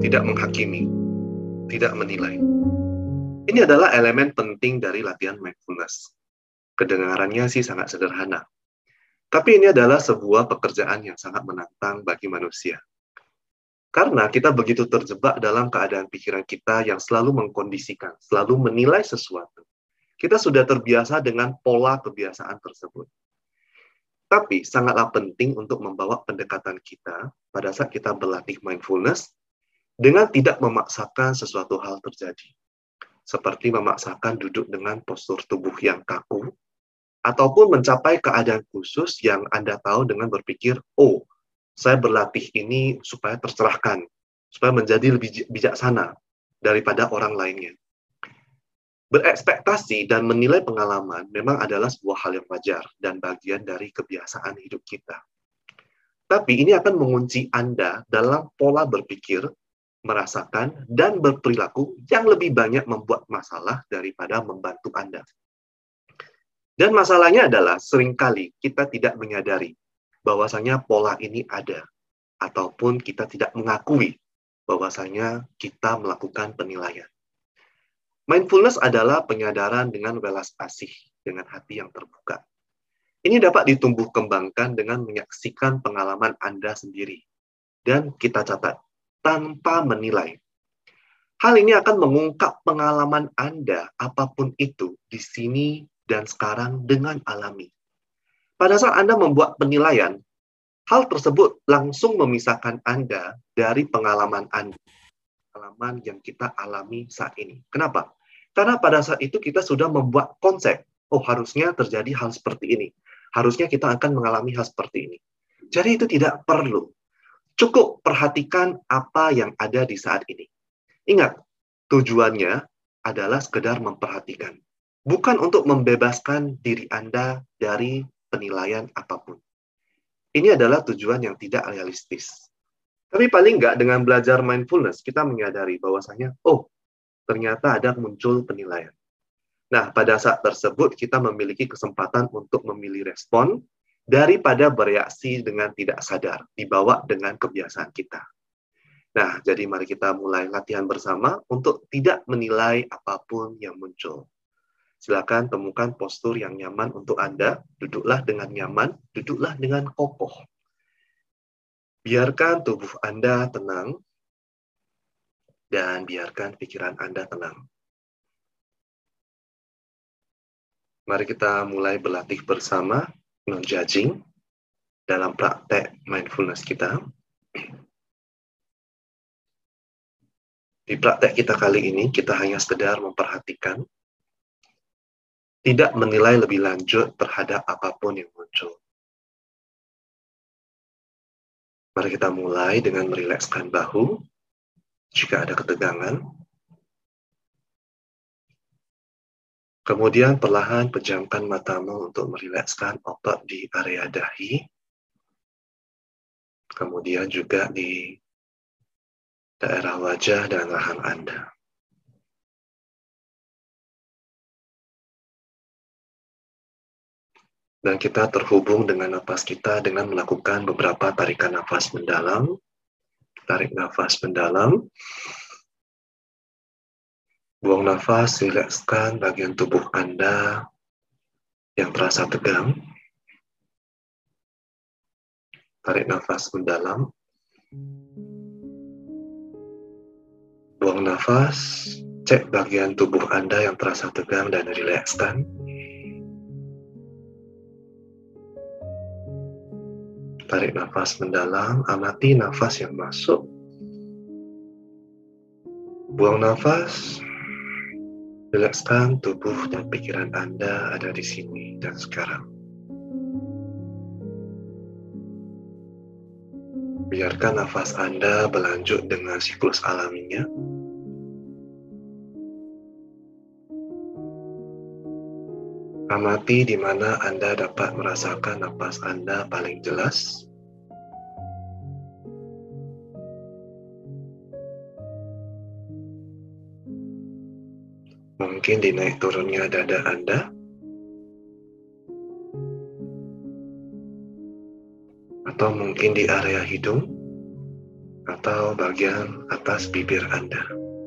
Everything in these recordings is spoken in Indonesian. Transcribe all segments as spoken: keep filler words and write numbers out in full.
tidak menghakimi, tidak menilai. Ini adalah elemen penting dari latihan mindfulness. Kedengarannya sih sangat sederhana. Tapi ini adalah sebuah pekerjaan yang sangat menantang bagi manusia. Karena kita begitu terjebak dalam keadaan pikiran kita yang selalu mengkondisikan, selalu menilai sesuatu. Kita sudah terbiasa dengan pola kebiasaan tersebut. Tapi sangatlah penting untuk membawa pendekatan kita pada saat kita berlatih mindfulness dengan tidak memaksakan sesuatu hal terjadi. Seperti memaksakan duduk dengan postur tubuh yang kaku, ataupun mencapai keadaan khusus yang Anda tahu dengan berpikir, oh, saya berlatih ini supaya tercerahkan, supaya menjadi lebih bijaksana daripada orang lainnya. Berekspektasi dan menilai pengalaman memang adalah sebuah hal yang wajar dan bagian dari kebiasaan hidup kita. Tapi ini akan mengunci Anda dalam pola berpikir, merasakan, dan berperilaku yang lebih banyak membuat masalah daripada membantu Anda. Dan masalahnya adalah seringkali kita tidak menyadari bahwasanya pola ini ada, ataupun kita tidak mengakui bahwasanya kita melakukan penilaian. Mindfulness adalah penyadaran dengan welas asih, dengan hati yang terbuka. Ini dapat ditumbuh kembangkan dengan menyaksikan pengalaman Anda sendiri. Dan kita catat, tanpa menilai. Hal ini akan mengungkap pengalaman Anda, apapun itu, di sini dan sekarang dengan alami. Pada saat Anda membuat penilaian, hal tersebut langsung memisahkan Anda dari pengalaman Anda. Pengalaman yang kita alami saat ini. Kenapa? Karena pada saat itu kita sudah membuat konsep, oh harusnya terjadi hal seperti ini. Harusnya kita akan mengalami hal seperti ini. Jadi itu tidak perlu. Cukup perhatikan apa yang ada di saat ini. Ingat, tujuannya adalah sekedar memperhatikan. Bukan untuk membebaskan diri Anda dari penilaian apapun. Ini adalah tujuan yang tidak realistis. Tapi paling nggak dengan belajar mindfulness, kita menyadari bahwasanya, oh, ternyata ada muncul penilaian. Nah, pada saat tersebut kita memiliki kesempatan untuk memilih respon daripada bereaksi dengan tidak sadar, dibawa dengan kebiasaan kita. Nah, jadi mari kita mulai latihan bersama untuk tidak menilai apapun yang muncul. Silakan temukan postur yang nyaman untuk Anda, duduklah dengan nyaman, duduklah dengan kokoh. Biarkan tubuh Anda tenang, dan biarkan pikiran Anda tenang. Mari kita mulai berlatih bersama, non-judging, dalam praktek mindfulness kita. Di praktek kita kali ini, kita hanya sekedar memperhatikan, tidak menilai lebih lanjut terhadap apapun yang muncul. Mari kita mulai dengan merilekskan bahu, jika ada ketegangan. Kemudian perlahan pejamkan matamu untuk merilekskan otot di area dahi. Kemudian juga di daerah wajah dan rahang Anda. Dan kita terhubung dengan napas kita dengan melakukan beberapa tarikan nafas mendalam. Tarik nafas mendalam. Buang nafas, rilekskan bagian tubuh Anda yang terasa tegang. Tarik nafas mendalam. Buang nafas, cek bagian tubuh Anda yang terasa tegang dan rilekskan. Tarik nafas mendalam, amati nafas yang masuk. Buang nafas, rilekskan tubuh dan pikiran Anda ada di sini dan sekarang. Biarkan nafas Anda berlanjut dengan siklus alaminya. Amati di mana Anda dapat merasakan nafas Anda paling jelas. Mungkin di naik turunnya dada Anda. Atau mungkin di area hidung. atau bagian atas bibir Anda.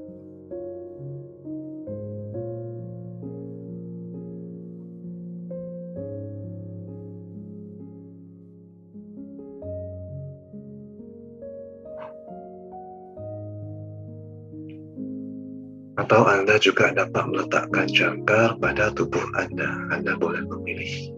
Atau Anda juga dapat meletakkan jangkar pada tubuh Anda. Anda boleh memilih.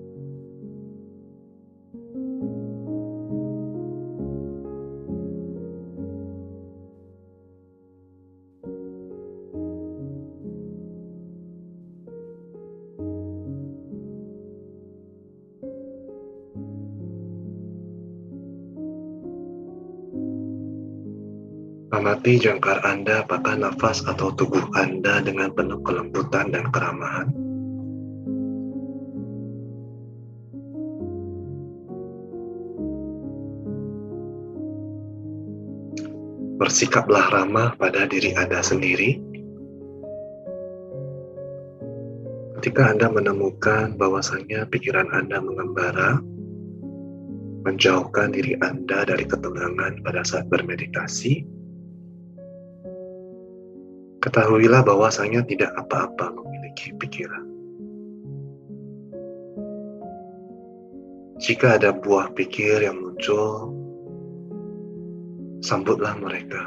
Amati jangkar Anda apakah nafas atau tubuh Anda dengan penuh kelembutan dan keramahan. Bersikaplah ramah pada diri Anda sendiri. Ketika Anda menemukan bahwasannya pikiran Anda mengembara, menjauhkan diri Anda dari ketenangan pada saat bermeditasi, ketahuilah bahwasanya tidak apa-apa memiliki pikiran. Jika ada buah pikir yang muncul, sambutlah mereka.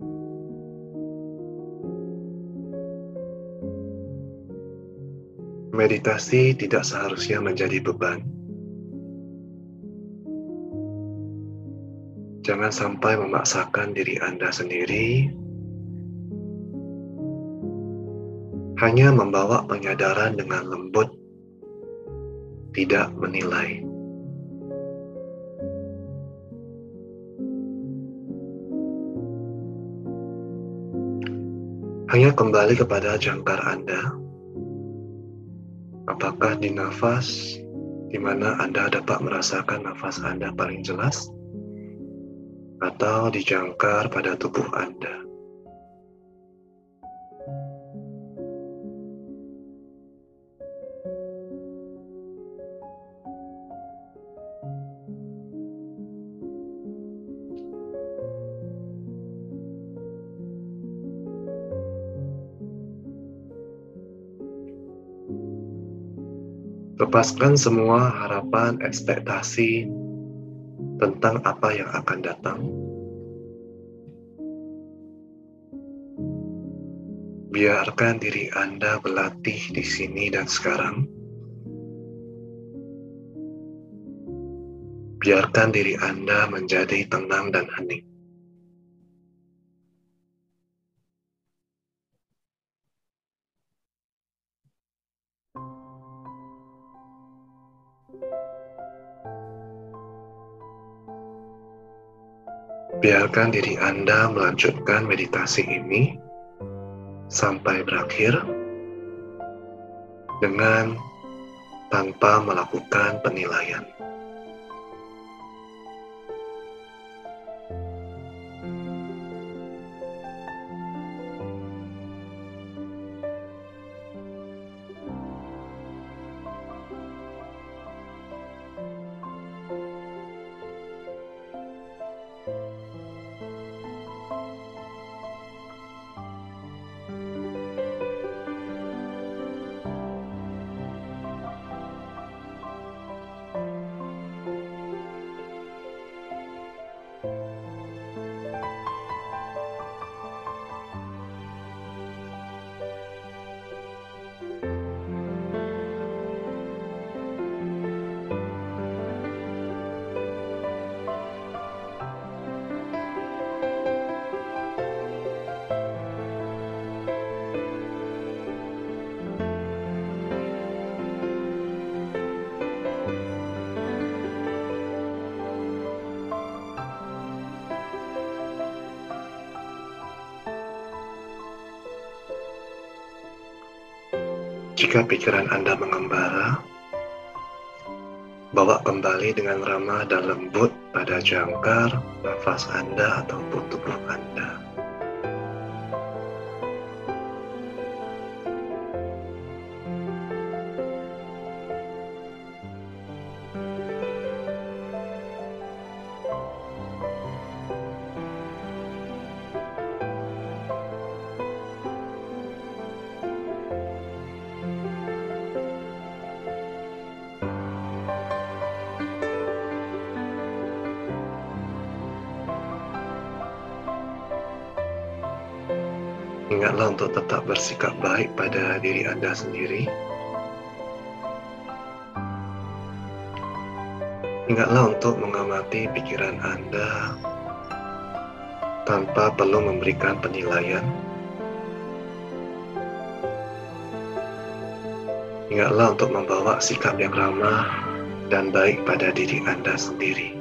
Meditasi tidak seharusnya menjadi beban. Jangan sampai memaksakan diri Anda sendiri. Hanya membawa penyadaran dengan lembut, tidak menilai. Hanya kembali kepada jangkar Anda. Apakah di nafas, di mana Anda dapat merasakan nafas Anda paling jelas? Atau di jangkar pada tubuh Anda? Lepaskan semua harapan, ekspektasi tentang apa yang akan datang. Biarkan diri Anda berlatih di sini dan sekarang. Biarkan diri Anda menjadi tenang dan hening. Biarkan diri Anda melanjutkan meditasi ini sampai berakhir dengan tanpa melakukan penilaian. Jika pikiran Anda mengembara, bawa kembali dengan ramah dan lembut pada jangkar nafas Anda ataupun tubuh Anda. Ingatlah untuk tetap bersikap baik pada diri Anda sendiri. Ingatlah untuk mengamati pikiran Anda tanpa perlu memberikan penilaian. Ingatlah untuk membawa sikap yang ramah dan baik pada diri Anda sendiri.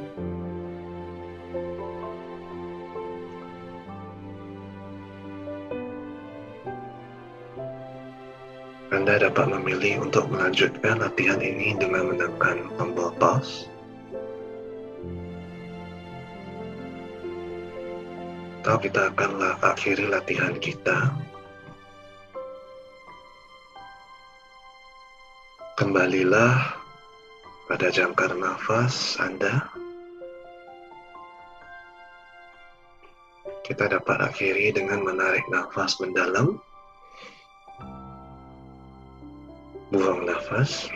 Anda dapat memilih untuk melanjutkan latihan ini dengan menekan tombol pause, atau kita akan akhiri latihan kita. Kembalilah pada jangkar nafas Anda. Kita dapat akhiri dengan menarik nafas mendalam, buang nafas.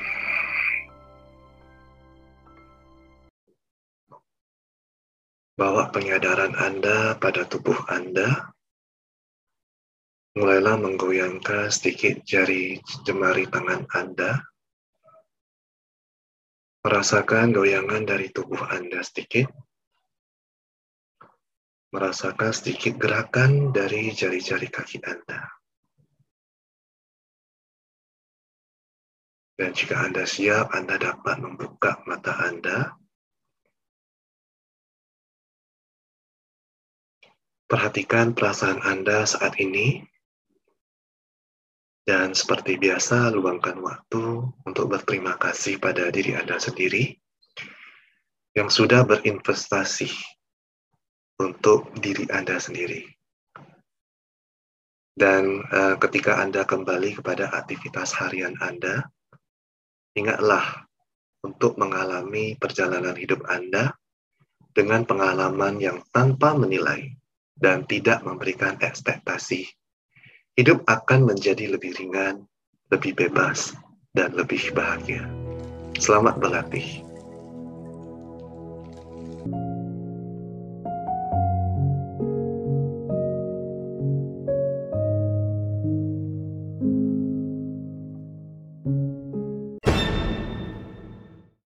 Bawa penyadaran Anda pada tubuh Anda. Mulailah menggoyangkan sedikit jari jemari tangan Anda. Merasakan goyangan dari tubuh Anda sedikit. Merasakan sedikit gerakan dari jari-jari kaki Anda. Dan jika Anda siap, Anda dapat membuka mata Anda. Perhatikan perasaan Anda saat ini. Dan seperti biasa, luangkan waktu untuk berterima kasih pada diri Anda sendiri yang sudah berinvestasi untuk diri Anda sendiri. Dan uh, ketika Anda kembali kepada aktivitas harian Anda, ingatlah untuk mengalami perjalanan hidup Anda dengan pengalaman yang tanpa menilai dan tidak memberikan ekspektasi. Hidup akan menjadi lebih ringan, lebih bebas, dan lebih bahagia. Selamat berlatih.